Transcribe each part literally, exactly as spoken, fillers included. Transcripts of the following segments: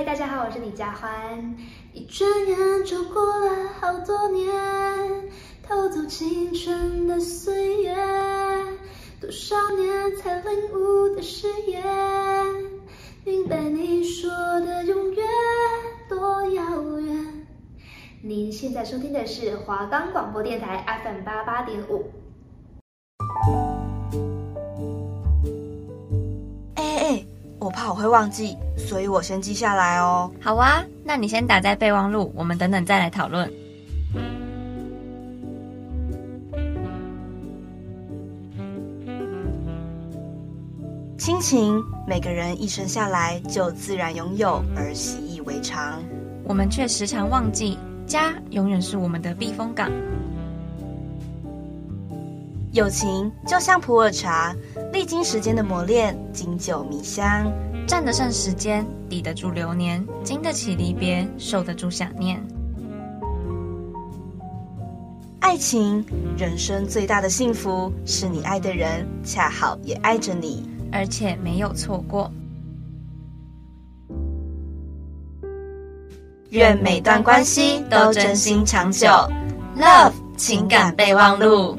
大家好，我是李佳欢。一转眼就过了好多年，偷走青春的岁月，多少年才领悟的誓言，明白你说的永远多遥远。您现在收听的是华冈广播电台 F M 八八点五。 哎哎，我怕我会忘记，所以我先记下来哦。 好啊，那你先打在备忘录，我们等等再来讨论。 亲情，每个人一生下来就自然拥有，而习以为常。 我们却时常忘记，家永远是我们的避风港。 友情就像普洱茶，历经时间的磨练，经久弥香。 站得上时间，抵得住流年，经得起离别，受得住想念。 爱情，人生最大的幸福是你爱的人恰好也爱着你， 而且没有错过。 愿每段关系都真心长久。 Love 情感备忘录。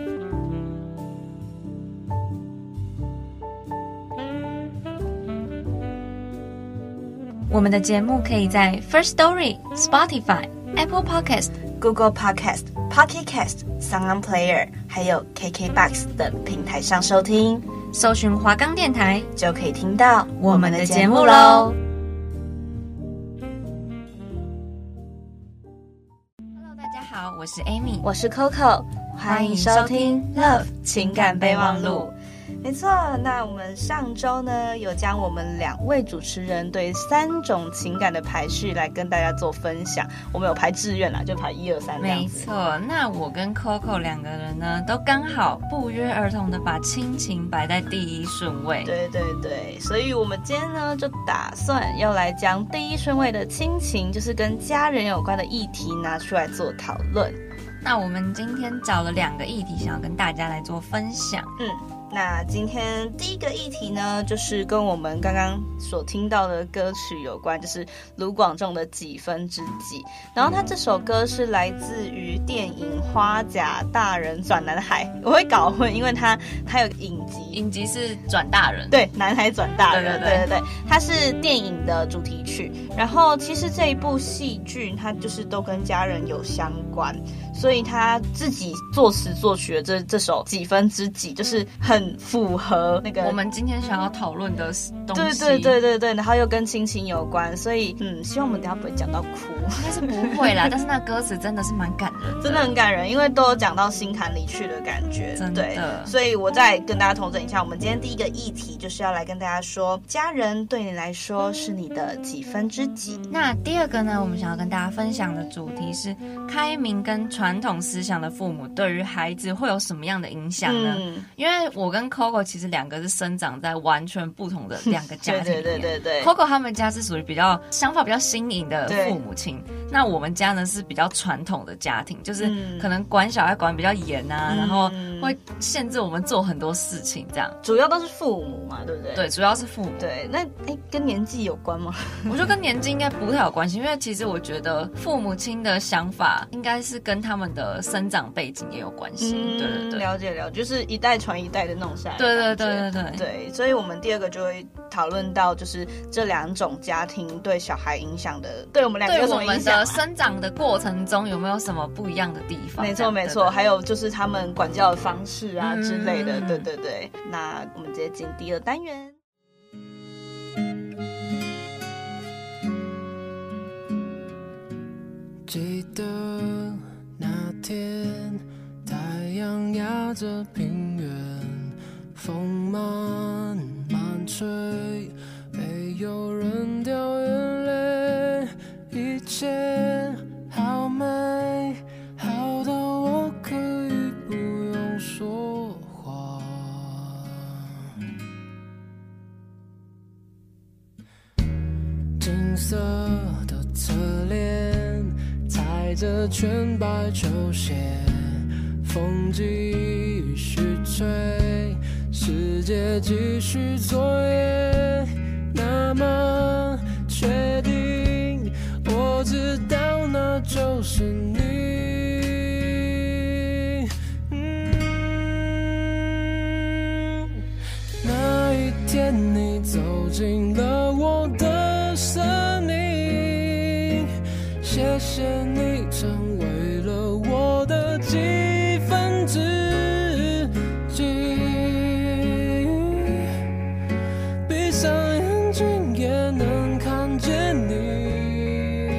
我们的节目可以在 First Story、Spotify、Apple Podcast、 Google Podcast、Pocket Cast、Sound Player 还有 K K B O X 等平台上收听， 搜寻华冈电台就可以听到我们的节目咯。Hello， 大家好，我是 Amy， 我是 Coco， 欢迎收听 Love 情感备忘录。没错，那我们上周呢，有将我们两位主持人对三种情感的排序来跟大家做分享。我们有排志愿啦，就排一二三这样子。 没错，那我跟 Coco 两个人呢，都刚好不约而同的把亲情摆在第一顺位。 对对对，所以我们今天呢，就打算要来将第一顺位的亲情，就是跟家人有关的议题拿出来做讨论。 那我们今天找了两个议题，想要跟大家来做分享。 嗯。那今天第一个议题呢，就是跟我们刚刚所听到的歌曲有关，就是卢广仲的几分之几。然后他这首歌是来自于电影《花甲大人转男孩》，我会搞混，因为他他有影集， 影集是转大人， 对，男孩转大人， 对对对, 对对对，它是电影的主题曲。然后其实这一部戏剧，它就是都跟家人有相关，所以他自己作词作曲的这这首几分之几，就是很很符合那个我们今天想要讨论的东西。 对对对对对，然后又跟亲情有关，所以嗯，希望我们等一下不会讲到哭。 应该是不会啦，但是那歌词真的是蛮感人的， 真的很感人，因为都有讲到心坎里去的感觉。 真的， 对，所以我再跟大家统整一下，我们今天第一个议题就是要来跟大家说，家人对你来说是你的几分之几。 那第二个呢，我们想要跟大家分享的主题是开明跟传统思想的父母对于孩子会有什么样的影响呢？嗯、因为我跟 Coco 其实两个是生长在完全不同的两个家庭里面。 对对对对对 ，Coco 他们家是属于比较想法比较新颖的父母亲，那我们家呢是比较传统的家庭，就是可能管小孩管比较严啊、嗯，然后会限制我们做很多事情，这样。 主要都是父母嘛，对不对？ 对，主要是父母。 对，那哎，跟年纪有关吗？ 我觉得跟年纪应该不太有关系，因为其实我觉得父母亲的想法应该是跟他们的生长背景也有关系。嗯、对对对， 了解了解，就是一代传一代的弄下来。 对对对对对对，所以我们第二个就会讨论到，就是这两种家庭对小孩影响的，对我们两个有什么影响、啊？ 对我们的生长的过程中有没有什么不一样的地方？ 没错没错，还有就是他们管教的方式啊、嗯、之类的。对对对，那我们直接进第二单元。 记得那天，太阳压着平原，风慢慢吹，没有人掉眼泪，一切好美，好到我可以不用说话。金色的侧脸，踩着全白球鞋，风继续吹，世界继续作业，那么确定就是你。嗯，那一天你走进了我的生命，谢谢你成为了我的几分之几。闭上眼睛也能看见你，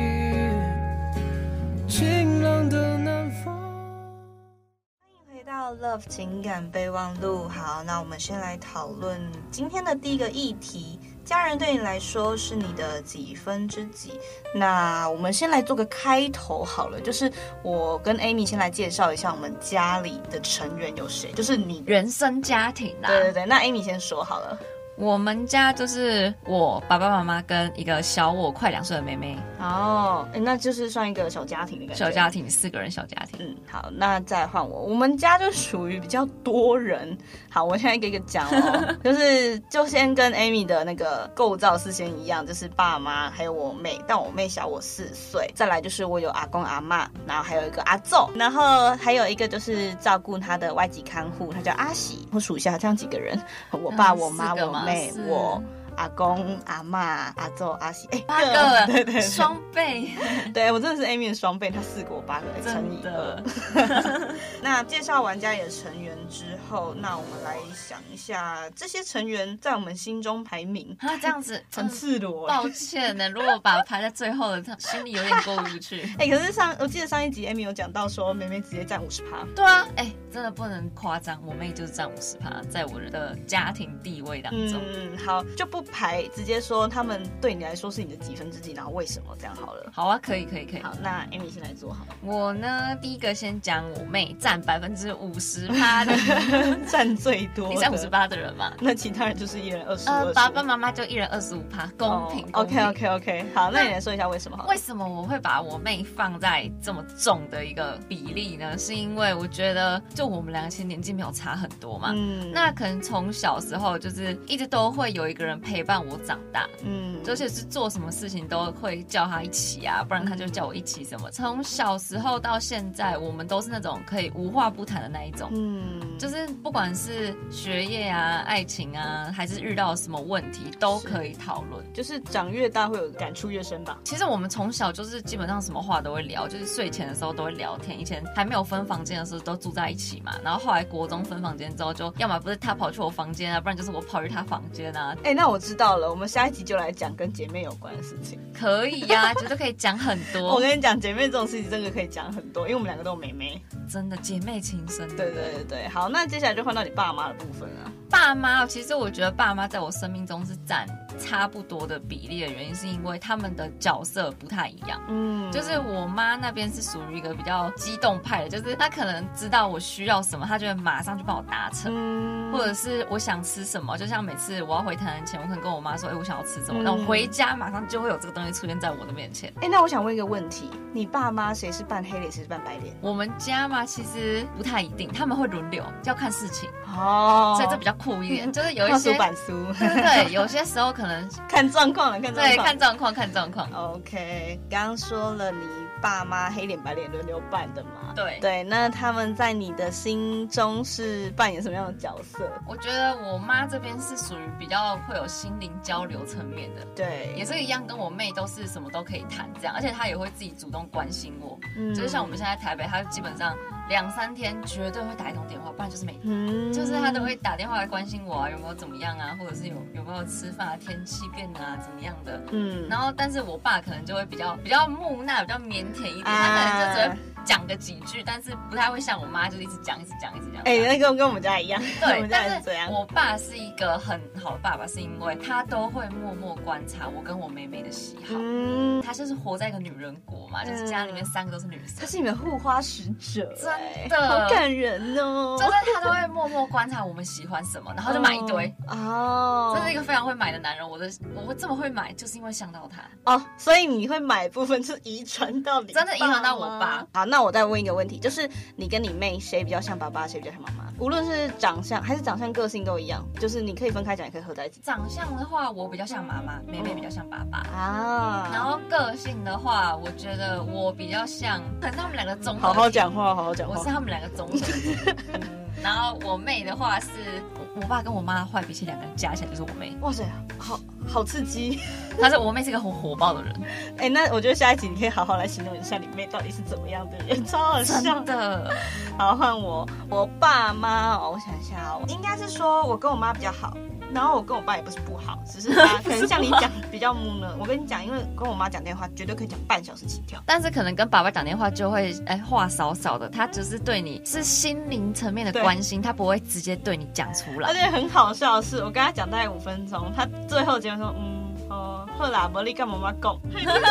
晴朗的南方。 欢迎回到 Love 情感备忘录。好，那我们先来讨论今天的第一个议题，家人对你来说是你的几分之几？那我们先来做个开头好了，就是我跟 Amy 先来介绍一下我们家里的成员有谁，就是你原生家庭啊。 对对对，那 Amy 先说好了。 我们家就是我爸爸妈妈跟一个小我快两岁的妹妹。 哦，那就是算一个小家庭的感觉。 小家庭，四个人小家庭。 嗯，好，那再换我。我们家就属于比较多人。好，我现在一个一个讲哦，就是就先跟 Amy 的那个构造是先一样，就是爸妈还有我妹，但我妹小我四岁。再来就是我有阿公阿嬷，然后还有一个阿祖，然后还有一个就是照顾他的外籍看护，他叫阿喜。我数一下，这样几个人？我爸、我妈、我妹、我。阿公、阿嬷、阿祖、阿喜，哎， 八个， 对对， 双倍。 对我真的是 Amy 的双倍，她四个我八个，乘以二。那介绍完家里的成员之后，那我们来想一下这些成员在我们心中排名啊，这样子很赤裸。 抱歉呢，如果把我排在最后的，心里有点过不去。 哎，可是上我记得上一集 Amy 有讲到说，妹妹直接占五十趴。 对啊，哎，真的不能夸张，我妹就是占五十趴，在我的家庭地位当中。 嗯，好，就不。排直接说他们对你来说是你的几分之几，然后为什么这样好了？ 好啊，可以可以可以。 好，那 Amy 先来做好了。 我呢，第一个先讲我妹占百分之五十趴的， 占最多。 你占五十八的人嘛？ 那其他人就是一人二十五。 呃，爸爸妈妈就一人二十五趴，公平。 Oh, OK OK OK， 好，那你来说一下为什么好？ 为什么我会把我妹放在这么重的一个比例呢？是因为我觉得，就我们两个其实年纪没有差很多嘛。嗯。那可能从小时候就是一直都会有一个人陪伴我长大。嗯，而且是做什么事情都会叫他一起啊，不然他就叫我一起什么。从小时候到现在，我们都是那种可以无话不谈的那一种。嗯，就是不管是学业啊、爱情啊，还是遇到什么问题，都可以讨论。 就是长越大会有感触越深吧。 其实我们从小就是基本上什么话都会聊，就是睡前的时候都会聊天。以前还没有分房间的时候都住在一起嘛，然后后来国中分房间之后，就要么不是他跑去我房间啊，不然就是我跑去他房间啊。 哎、欸，那我知道了，我们下一集就来讲跟姐妹有关的事情。 可以呀、啊，绝对可以讲很多。 我跟你讲，姐妹这种事情真的可以讲很多，因为我们两个都有妹妹， 真的姐妹情深。 对对对对，好，那接下来就换到你爸妈的部分了。 爸妈，其实我觉得爸妈在我生命中是占差不多的比例的原因，是因为他们的角色不太一样。嗯，就是我妈那边是属于一个比较激动派的，就是她可能知道我需要什么，她就会马上就帮我达成。嗯，或者是我想吃什么，就像每次我要回台南前，我可能跟我妈说，哎、欸，我想要吃什么，然后、嗯、回家马上就会有这个东西出现在我的面前。 哎、欸，那我想问一个问题，你爸妈谁是扮黑脸，谁是扮白脸？ 我们家嘛，其实不太一定，他们会轮流，要看事情。 哦， 所以这比较酷一点，就是有一些板书， 对对对，有些时候可能看状况了，看状况， 对，看状况，看状况。 OK， 刚刚说了你爸妈黑脸白脸轮流扮的嘛？ 对对，那他们在你的心中是扮演什么样的角色？ 我觉得我妈这边是属于比较会有心灵交流层面的， 对， 也是一样，跟我妹都是什么都可以谈这样，而且她也会自己主动关心我，嗯，就是像我们现在台北，她基本上两三天绝对会打一通电话，不然就是没，嗯，就是她都会打电话来关心我啊，有没有怎么样啊，或者是有有没有吃饭啊，天气变啊怎么样的，嗯，然后但是我爸可能就会比较比较木讷，比较腼腆一点，啊、他可能就只会讲个几句，但是不太会像我妈，就是一直讲一直讲一直讲。 哎、欸，那跟跟我们家一样， 对， 我们家也是这样。 我爸是一个很好的爸爸，是因为他都会默默观察我跟我妹妹的喜好。嗯，他就是活在一个女人国嘛，嗯、就是家里面三个都是女生， 他是你们护花使者， 真的好感人哦。 就是他都会默默观察我们喜欢什么，然后就买一堆。哦，这是一个非常会买的男人。我的我会这么会买，就是因为想到他。 哦，所以你会买部分是遗传到你， 真的遗传到我爸。 好，那我再问一个问题，就是你跟你妹谁比较像爸爸，谁比较像妈妈？无论是长相还是长相、个性都一样，就是你可以分开讲，也可以合在一起。 长相的话，我比较像妈妈，妹妹比较像爸爸啊。然后个个性的话，我觉得我比较像，可能他们两个综合。 好好讲话，好好讲话。 我是他们两个综合。嗯，然后我妹的话是，我爸跟我妈的坏脾气两个人加起来就是我妹。 哇塞，好好刺激。 她是我妹是一个很火爆的人。 哎、欸，那我觉得下一集你可以好好来形容一下你妹到底是怎么样的人，超好笑。 真的。 好，换我，我爸妈哦，我想一下哦，应该是说我跟我妈比较好。然后我跟我爸也不是不好，只是他可能像你讲比较木讷。我跟你讲，因为跟我妈讲电话绝对可以讲半小时起跳， 但是可能跟爸爸讲电话就会哎话少少的，他只是对你是心灵层面的关心，他不会直接对你讲出来。 而且很好笑的是，我跟他讲大概五分钟，他最后结果说嗯。哦，好啦，无你跟妈妈讲，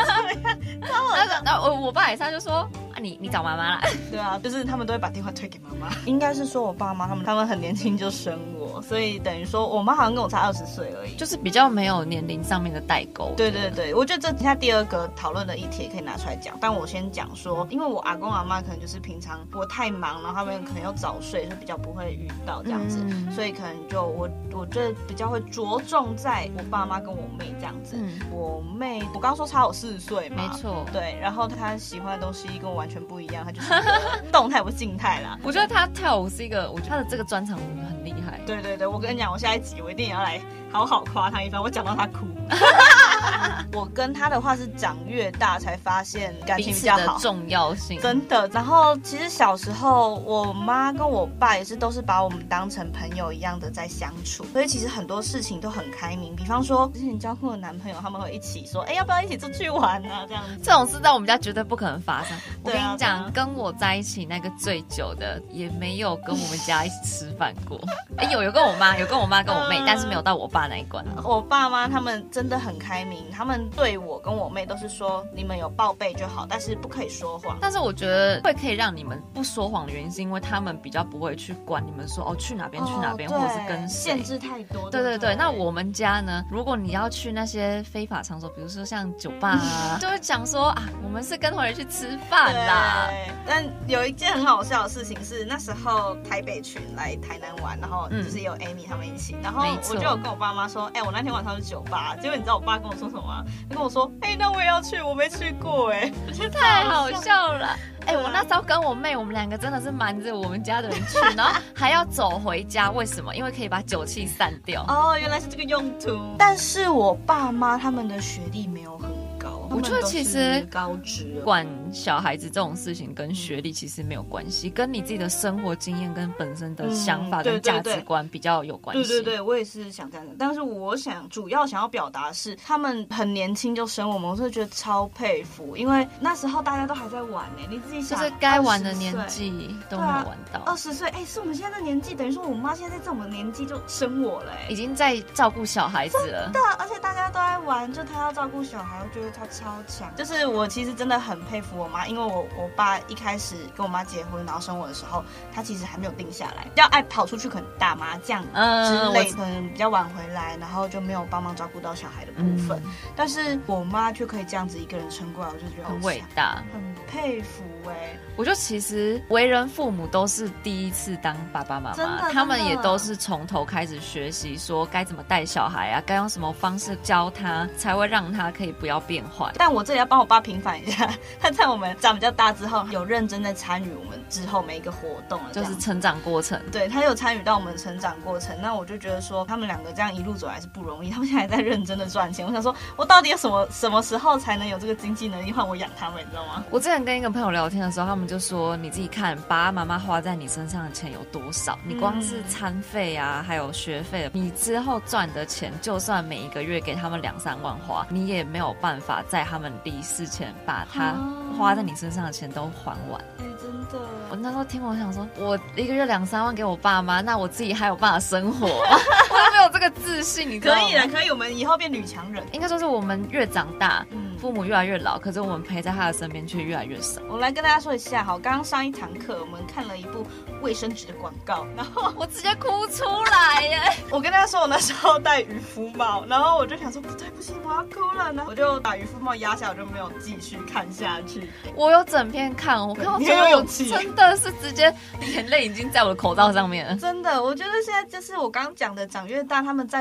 然后我我爸也是，他就说啊，你你找妈妈啦。 对啊，就是他们都会把电话推给妈妈。应该是说我爸妈他们他们很年轻就生我，所以等于说我妈好像跟我差二十岁而已， 就是比较没有年龄上面的代沟。 对对对，我觉得这等下第二个讨论的议题也可以拿出来讲，但我先讲说，因为我阿公阿妈可能就是平常我太忙，然后他们可能要早睡，所以比较不会遇到这样子，嗯、所以可能就我我觉得比较会着重在我爸妈跟我妹这样子。嗯、我妹我刚刚说差我四十岁嘛， 没错， 对，然后她喜欢的东西跟我完全不一样，她就是一个动态不静态啦。 我觉得她跳舞是一个，我觉得她的这个专场很厉害。 对对对，我跟你讲，我下一集我一定要来好好夸她一番，我讲到她哭。我跟他的话是长越大才发现感情比较好，彼此的重要性真的。然后其实小时候我妈跟我爸也是都是把我们当成朋友一样的在相处，所以其实很多事情都很开明。比方说之前交过的男朋友，他们会一起说，哎、欸，要不要一起出去玩啊？这样子， 这种事在我们家绝对不可能发生。我跟你讲， 啊、 跟我在一起那个最久的，也没有跟我们家一起吃饭过。哎、欸，有有跟我妈，有跟我妈跟我妹，嗯、但是没有到我爸那一关。 我爸妈他们真的很开明，他们对我跟我妹都是说，你们有报备就好，但是不可以说谎。 但是我觉得会可以让你们不说谎的原因，是因为他们比较不会去管你们说哦去哪边去哪边， 哦、 或者是跟限制太多。 对对对，那我们家呢，如果你要去那些非法场所，比如说像酒吧啊，就会讲说啊，我们是跟同学去吃饭啦。 但有一件很好笑的事情是，那时候台北群来台南玩，然后就是有 Amy 他们一起，嗯、然后我就有跟我爸妈说，哎、欸，我那天晚上去酒吧，结果你知道我爸跟我说什么吗？他跟我说，哎、欸，那我也要去，我没去过、欸，哎， 太好笑了。哎、欸，我那时候跟我妹，我们两个真的是瞒着我们家的人去，然后还要走回家。为什么？因为可以把酒气散掉。 哦，原来是这个用途。但是我爸妈他们的学历没有很高， 我觉得其实高职管小孩子这种事情跟学历其实没有关系，跟你自己的生活经验跟本身的想法跟价值观比较有关系。 对对对，我也是想这样讲。但是我想主要想要表达的是，他们很年轻就生我们，我是觉得超佩服，因为那时候大家都还在玩呢、欸，你自己想， 就是该玩的年纪都没有玩到。 二十岁，哎，是我们现在的年纪，等于说我妈现在在这种年纪就生我了、欸， 已经在照顾小孩子了。 真的，而且大家都在玩，就她要照顾小孩，我觉得她超强。就是我其实真的很佩服我妈，因为我我爸一开始跟我妈结婚，然后生我的时候，他其实还没有定下来，比较爱跑出去可能打麻将之类，可能比较晚回来，然后就没有帮忙照顾到小孩的部分。嗯、但是我妈却可以这样子一个人撑过来，我就觉得很伟大， 很佩服哎、欸。 我觉得其实为人父母都是第一次当爸爸妈妈，他们也都是从头开始学习，说该怎么带小孩啊，该用什么方式教他，才会让他可以不要变坏。 但我这里要帮我爸平反一下，他在我们长比较大之后，有认真在参与我们之后每一个活动了， 就是成长过程。 对，他有参与到我们的成长过程，那我就觉得说，他们两个这样一路走来是不容易，他们现在还在认真的赚钱。我想说，我到底有什么什么时候才能有这个经济能力换我养他们，你知道吗？ 我之前跟一个朋友聊天的时候，他们就说，你自己看爸爸妈妈花在你身上的钱有多少，你光是餐费啊，还有学费，你之后赚的钱，就算每一个月给他们两三万花，你也没有办法在他们离世前把他花在你身上的钱都还完。 哎、欸，真的。 我那时候听我想说，我一个月两三万给我爸妈，那我自己还有办法生活吗？我都没有这个自信，你知道吗？ 可以了，可以，我们以后变女强人。 应该说是我们越长大，嗯，父母越来越老，可是我们陪在他的身边却越来越少。 我来跟大家说一下，好，刚刚上一堂课我们看了一部卫生纸的广告，然后我直接哭出来耶！ 我跟大家说，我那时候戴渔夫帽，然后我就想说，不对，不行，我要哭了呢，我就把渔夫帽压下，我就没有继续看下去。 我有整片看，我看到最后真的是直接眼泪已经在我的口罩上面了。 真的，我觉得现在就是我刚刚讲的，长越大，他们在你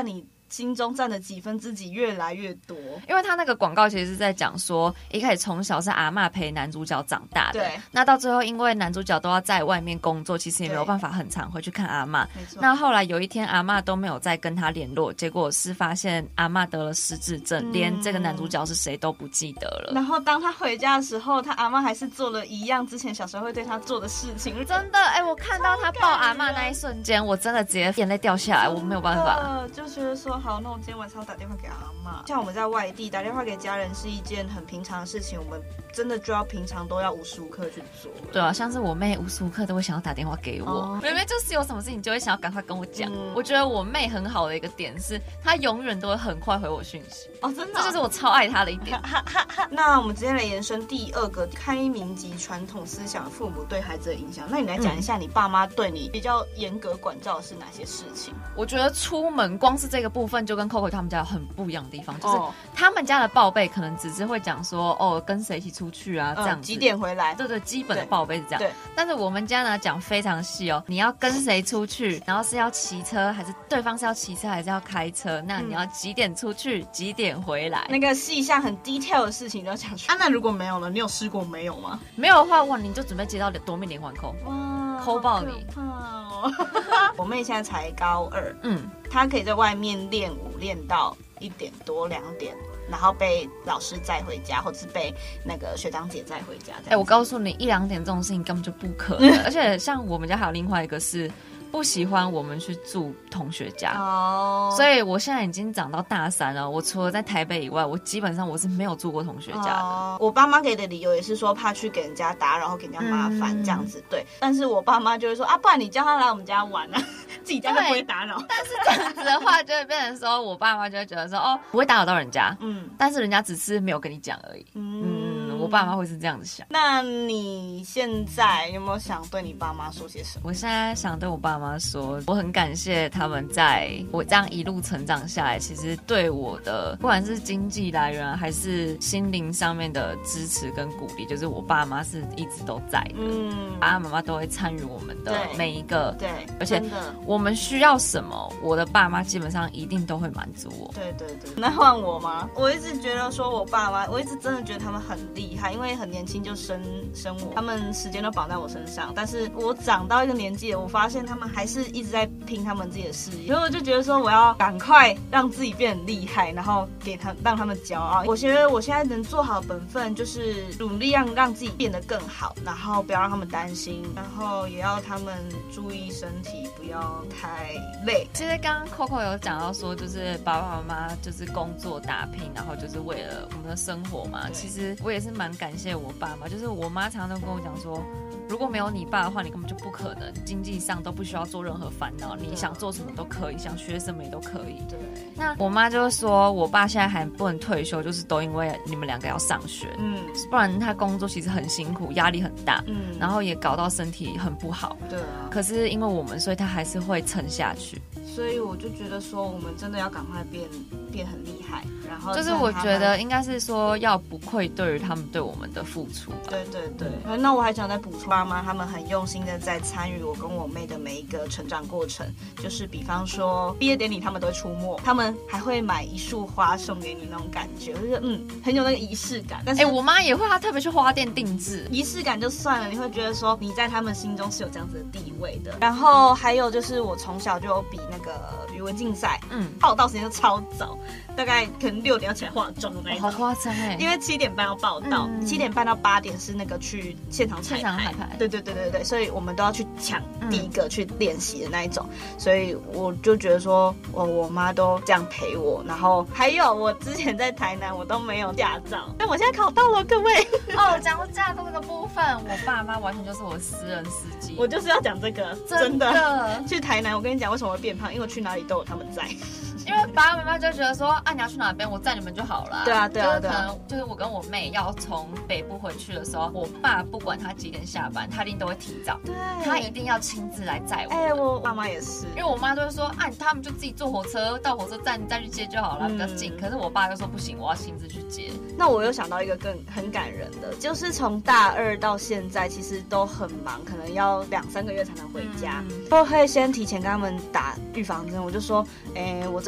心中占的几分之几越来越多。 因为他那个广告其实是在讲说，一开始从小是阿嬷陪男主角长大的， 对， 那到最后因为男主角都要在外面工作，其实也没有办法很常回去看阿嬷。那后来有一天阿嬷都没有再跟他联络，结果是发现阿嬷得了失智症、嗯，连这个男主角是谁都不记得了。 然后当他回家的时候，他阿嬷还是做了一样之前小时候会对他做的事情。 真的，哎、欸，我看到他抱阿嬷那一瞬间，我真的直接眼泪掉下来，我没有办法， 就觉得说好，那我今天晚上要打电话给阿嬷。像我们在外地打电话给家人是一件很平常的事情，我们真的就要平常都要无时无刻去做。 对啊，像是我妹无时无刻都会想要打电话给我，哦、妹妹就是有什么事情就会想要赶快跟我讲、嗯。我觉得我妹很好的一个点是，她永远都会很快回我讯息。 哦，真的、哦， 这就是我超爱她的一点。 那我们直接来延伸第二个开明及传统思想的父母对孩子的影响。那你来讲一下，你爸妈对你比较严格管教的是哪些事情？ 我觉得出门光是这个部分就跟 Coco 他们家有很不一样的地方，就是他们家的报备可能只是会讲说哦跟谁一起出去啊、嗯、这样子， 几点回来， 对对，基本的报备是这样。 对， 但是我们家呢讲非常细哦，你要跟谁出去，然后是要骑车还是对方是要骑车还是要开车，那你要几点出去、嗯、几点回来， 那个细项很 detail 的事情都要讲出来。啊，那如果没有呢？你有试过没有吗？ 没有的话，哇，你就准备接到夺命连环扣，哇，扣爆你！ 哦、我妹现在才高二， 嗯， 她可以在外面练舞练到一点多两点，然后被老师载回家，或者是被那个学长姐载回家。哎、 欸，我告诉你，一两点这种事情根本就不可能。而且像我们家还有另外一个是不喜欢我们去住同学家哦，所以我现在已经长到大三了。我除了在台北以外，我基本上我是没有住过同学家的。 哦、我爸妈给的理由也是说怕去给人家打扰，给人家麻烦、嗯、这样子。对，但是我爸妈就会说啊，不然你叫他来我们家玩啊，自己家就不会打扰。 但是这样子的话，就会变成说我爸妈就会觉得说哦，不会打扰到人家，嗯，但是人家只是没有跟你讲而已，嗯。嗯，我爸妈会是这样子想。 那你现在有没有想对你爸妈说些什么？ 我现在想对我爸妈说，我很感谢他们在我这样一路成长下来，其实对我的不管是经济来源、啊、还是心灵上面的支持跟鼓励，就是我爸妈是一直都在的。嗯，爸爸妈妈都会参与我们的每一个， 对， 而且我们需要什么，我的爸妈基本上一定都会满足我。 对对对。那换我吗？我一直觉得说我爸妈，我一直真的觉得他们很厉害，因为很年轻就生生我，他们时间都绑在我身上。但是我长到一个年纪了，我发现他们还是一直在拼他们自己的事业，所以我就觉得说我要赶快让自己变得厉害，然后给他让他们骄傲。我觉得我现在能做好本分，就是努力让让自己变得更好，然后不要让他们担心，然后也要他们注意身体，不要太累。 其实刚刚 Coco 有讲到说，就是爸爸妈妈就是工作打拼，然后就是为了我们的生活嘛。其实我也是蛮感谢我爸妈，就是我妈常常都跟我讲说，如果没有你爸的话，你根本就不可能，经济上都不需要做任何烦恼，你想做什么都可以，想学什么也都可以。 对。 那我妈就说，我爸现在还不能退休，就是都因为你们两个要上学，嗯，不然他工作其实很辛苦，压力很大，嗯，然后也搞到身体很不好。 对啊。 可是因为我们，所以他还是会撑下去。 所以我就觉得说，我们真的要赶快变变很厉害，然后就是我觉得应该是说要不愧对于他们对我们的付出吧。 对对对。嗯、那我还想再补充，妈妈他们很用心的在参与我跟我妹的每一个成长过程，就是比方说毕业典礼他们都会出没，他们还会买一束花送给你那种感觉，我就觉得嗯很有那个仪式感。但是哎、欸，我妈也会，她特别去花店定制。 仪式感就算了，你会觉得说你在他们心中是有这样子的地位的。然后还有就是我从小就有比那个语文竞赛，嗯，报到时间就超早，大概可能六点要起来化妆的那一种， 好夸张哎！ 因为七点半要报到，七、嗯、点半到八点是那个去现场彩排， 现场彩排， 对对对对对，所以我们都要去抢第一个去练习的那一种，嗯、所以我就觉得说，我我妈都这样陪我，然后还有我之前在台南我都没有驾照，但我现在考到了，各位。 哦，讲到驾照这个部分，我爸妈完全就是我私人司机， 我就是要讲这个， 真的, 真的去台南，我跟你讲为什么会变胖，因为我去哪里都有他们在。 因为爸爸妈妈就觉得说，啊，你要去哪边，我载你们就好了。 对啊，对啊， 对啊。就是可能就是我跟我妹要从北部回去的时候，我爸不管他几点下班，他一定都会提早。 对。 他一定要亲自来载我。 哎、欸，我爸妈也是。因为我妈都会说，啊，他们就自己坐火车到火车站再去接就好了，比较近。嗯、可是我爸就说不行，我要亲自去接。 那我又想到一个更很感人的，就是从大二到现在，其实都很忙，可能要两三个月才能回家。嗯、不会先提前跟他们打预防针，我就说，哎、欸，我这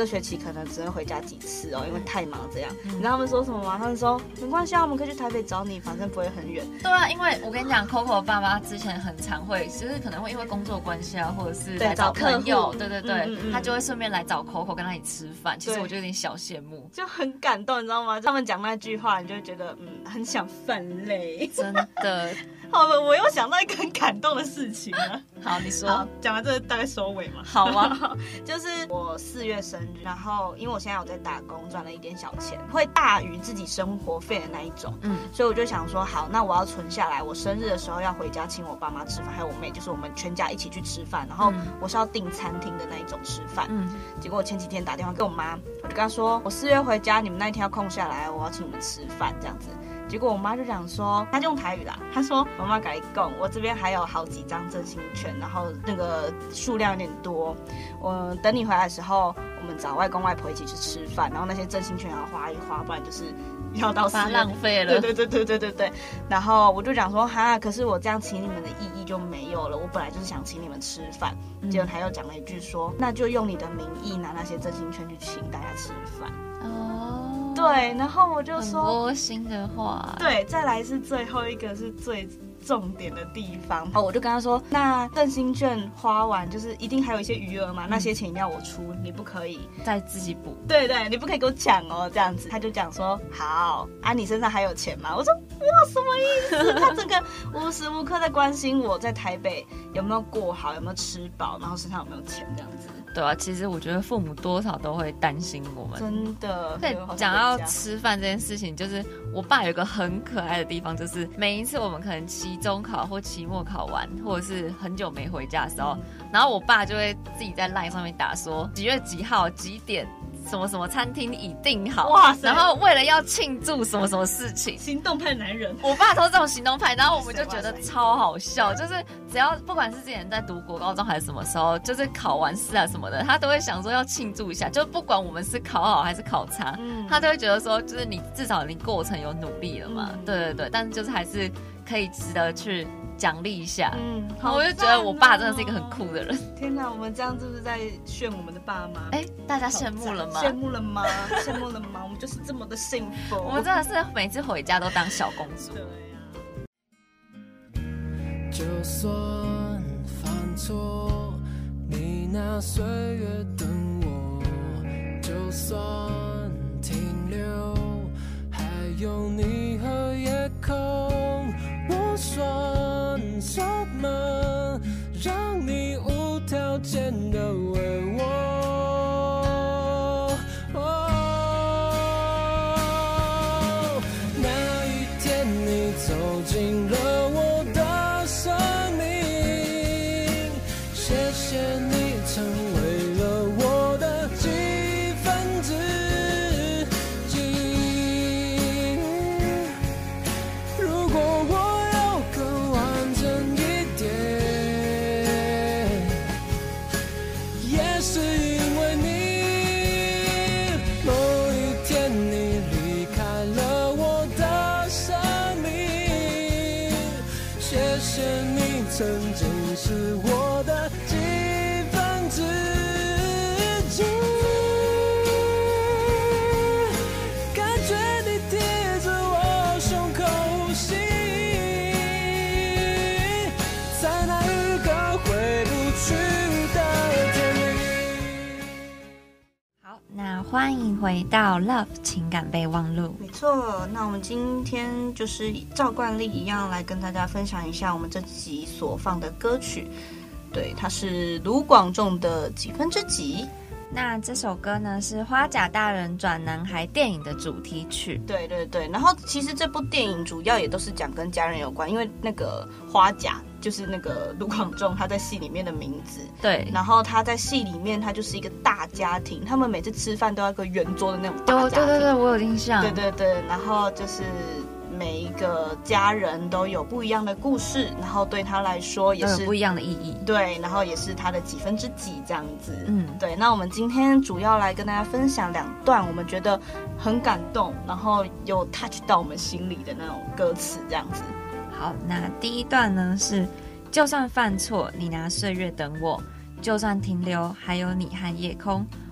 学期可能只会回家几次哦，因为太忙这样。嗯、你知道他们说什么吗？他们说没关系啊，我们可以去台北找你，反正不会很远。 对啊，因为我跟你讲 ，Coco 爸妈之前很常会，就是可能会因为工作关系啊，或者是来找朋友，对对对，嗯嗯嗯他就会顺便来找 Coco 跟他一起吃饭。其实我就有点小羡慕， 就很感动，你知道吗？他们讲那句话，你就会觉得嗯，很想泛泪， 真的。 好了，我又想到一个很感动的事情了。 好，你说。 讲完这个大概收尾嘛。 好啊， 就是我四月生日，然后因为我现在有在打工，赚了一点小钱，会大于自己生活费的那一种。嗯，所以我就想说，好，那我要存下来，我生日的时候要回家请我爸妈吃饭，还有我妹，就是我们全家一起去吃饭。然后我是要订餐厅的那一种吃饭。嗯，结果我前几天打电话给我妈，我就跟她说，我四月回家，你们那一天要空下来，我要请你们吃饭这样子。结果我妈就讲说，她就用台语啦，她说妈妈改讲，我这边还有好几张振兴券，然后那个数量有点多，我等你回来的时候，我们找外公外婆一起去吃饭，然后那些振兴券要花一花，不然就是要到把它浪费了。 对对对对对对对。然后我就讲说，哈，可是我这样请你们的意义就没有了，我本来就是想请你们吃饭。嗯、结果他又讲了一句说，那就用你的名义拿那些振兴券去请大家吃饭。哦。对，然后我就说很窝心的话。 对，再来是最后一个是最重点的地方。哦，我就跟他说，那振兴券花完就是一定还有一些余额嘛，嗯、那些钱一定要我出，你不可以再自己补。 对对，你不可以给我抢哦，这样子。他就讲说，好啊，你身上还有钱吗？我说哇，什么意思？他整个无时无刻在关心我在台北有没有过好，有没有吃饱，然后身上有没有钱这样子。 对啊，其实我觉得父母多少都会担心我们， 真的。 对，讲到吃饭这件事情，就是我爸有一个很可爱的地方，就是每一次我们可能期中考或期末考完，或者是很久没回家的时候，嗯、然后我爸就会自己在 LINE 上面打说几月几号几点。什么什么餐厅已订好，哇塞！然后为了要庆祝什么什么事情， 行动派男人， 我爸都是这种行动派，然后我们就觉得超好笑，就是只要不管是之前在读国高中还是什么时候，就是考完试啊什么的，他都会想说要庆祝一下，就不管我们是考好还是考差，嗯、他都会觉得说，就是你至少你过程有努力了嘛，嗯、对对对，但是就是还是可以值得去奖励一下，嗯，然后我就觉得我爸真的是一个很酷的人。 天哪，我们这样是不是在炫我们的爸妈？ 哎，大家羡慕了吗？ 羡慕了吗？羡慕了吗？我们就是这么的幸福。 我们真的是每次回家都当小公主。 对呀、啊。就算犯错，你拿岁月等我；就算停留，还有你和夜空。我算什么，让你无条件的为我？哦，那一天你走进了我的生命，谢谢你成为了我的几分之几。如果我曾经是我的几分之几，感觉你贴着我胸口呼吸，在那一个回不去的天里。 好，那欢迎回到 Love 情感备忘录。 没错，那我们今天就是照惯例一样来跟大家分享一下我们这集所放的歌曲。对，它是卢广仲的几分之几。 那这首歌呢是花甲大人转男孩电影的主题曲。 对对对，然后其实这部电影主要也都是讲跟家人有关，因为那个花甲就是那个卢广仲他在戏里面的名字。 对， 然后他在戏里面他就是一个大家庭，他们每次吃饭都要一个圆桌的那种大家庭。 对对对，我有印象。 对对对，然后就是每一个家人都有不一样的故事，然后对他来说也是不一样的意义。 对，然后也是他的几分之几这样子。嗯，对。那我们今天主要来跟大家分享两段我们觉得很感动，然后有 touch 到我们心里的那种歌词这样子。 好，那第一段呢是，就算犯错，你拿岁月等我；就算停留，还有你和夜空。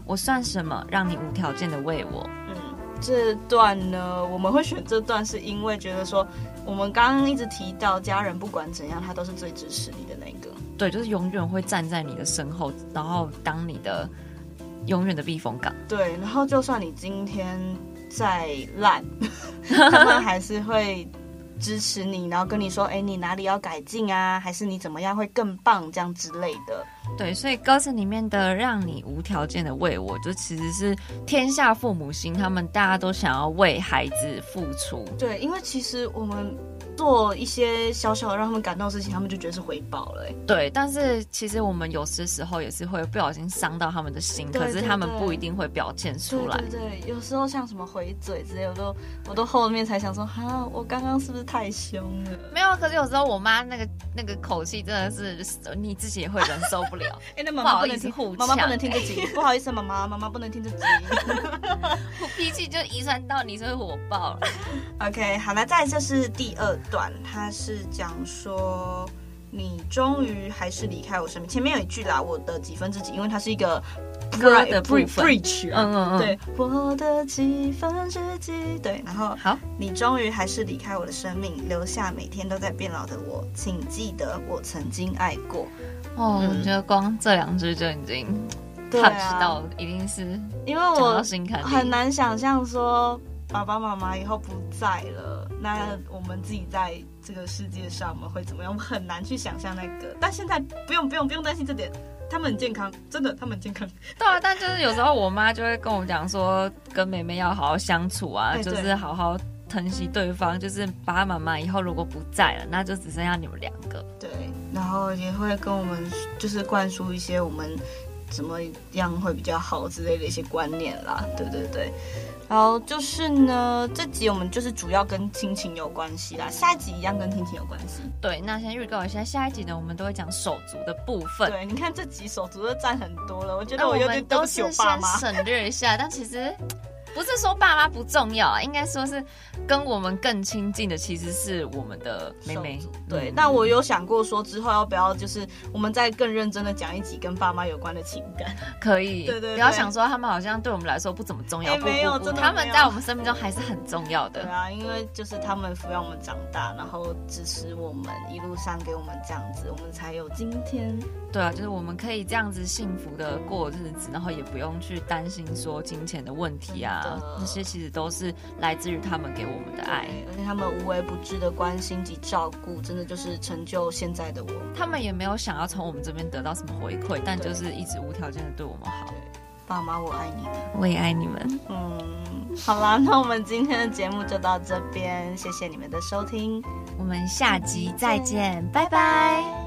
我算什么，让你无条件的为我。 嗯，这段呢，我们会选这段是因为觉得说，我们刚刚一直提到家人不管怎样，他都是最支持你的那个。 对，就是永远会站在你的身后，然后当你的永远的避风港。 对，然后就算你今天再烂，他们还是会支持你，然后跟你说，哎，你哪里要改进啊，还是你怎么样会更棒，这样之类的。 对，所以歌词里面的让你无条件的为我，就其实是天下父母心，他们大家都想要为孩子付出。 对，因为其实我们做一些小小的让他们感动的事情，他们就觉得是回报了、欸。 对，但是其实我们有些时候也是会不小心伤到他们的心， 对对对， 可是他们不一定会表现出来。 对对对，有时候像什么回嘴之类，我都我都后面才想说，哈，我刚刚是不是太凶了？ 没有，可是有时候我妈那个那个口气真的是你自己也会忍受不了。 哎、欸，那妈妈不能听，妈妈不能听这集，不好意思，妈妈，妈妈不能听这集。 我脾气就遗传到你，所以火爆了。 OK， 好，那再来就是第二段，它是讲说你终于还是离开我身边。前面有一句啦，我的几分之几，因为它是一个歌的部分 ，bridge， 嗯嗯嗯， 对，我的几分之几，对，然后好， 你终于还是离开我的生命，留下每天都在变老的我，请记得我曾经爱过。 哦，嗯、我觉得光这两句就已经 touch 到，一定是因为我很难想象说爸爸妈妈以后不在了，那我们自己在这个世界上我们会怎么样？我很难去想象那个。但现在不用不用不用担心这点，他们很健康，真的他们很健康。 对啊，但就是有时候我妈就会跟我讲说，跟妹妹要好好相处啊， 对对， 就是好好疼惜对方，就是爸爸妈妈以后如果不在了，那就只剩下你们两个。 对，然后也会跟我们就是灌输一些我们怎么样会比较好之类的一些观念啦。对对对。然后就是呢，这集我们就是主要跟亲情有关系啦，下一集一样跟亲情有关系。 对，那先预告一下，下一集呢，我们都会讲手足的部分。 对，你看这集手足都占很多了，我觉得我有点对不起我爸妈。 我们都是先省略一下，但其实不是说爸妈不重要啊，应该说是跟我们更亲近的其实是我们的妹妹。 对，那、嗯、我有想过说之后要不要就是我们再更认真的讲一集跟爸妈有关的情感。 可以， 对 对, 对， 不要想说他们好像对我们来说不怎么重要， 欸、没有， 不不不，他们在我们生命中还是很重要的。 对啊，因为就是他们抚养我们长大，然后支持我们一路上给我们这样子，我们才有今天。 对啊，就是我们可以这样子幸福的过日子，然后也不用去担心说金钱的问题啊。那些其实都是来自于他们给我们的爱， 而且他们无微不至的关心及照顾，真的就是成就现在的我。 他们也没有想要从我们这边得到什么回馈，但就是一直无条件的对我们好。 爸妈，我爱你们， 我也爱你们。 嗯，好啦，那我们今天的节目就到这边，谢谢你们的收听， 我们下集再见，拜拜。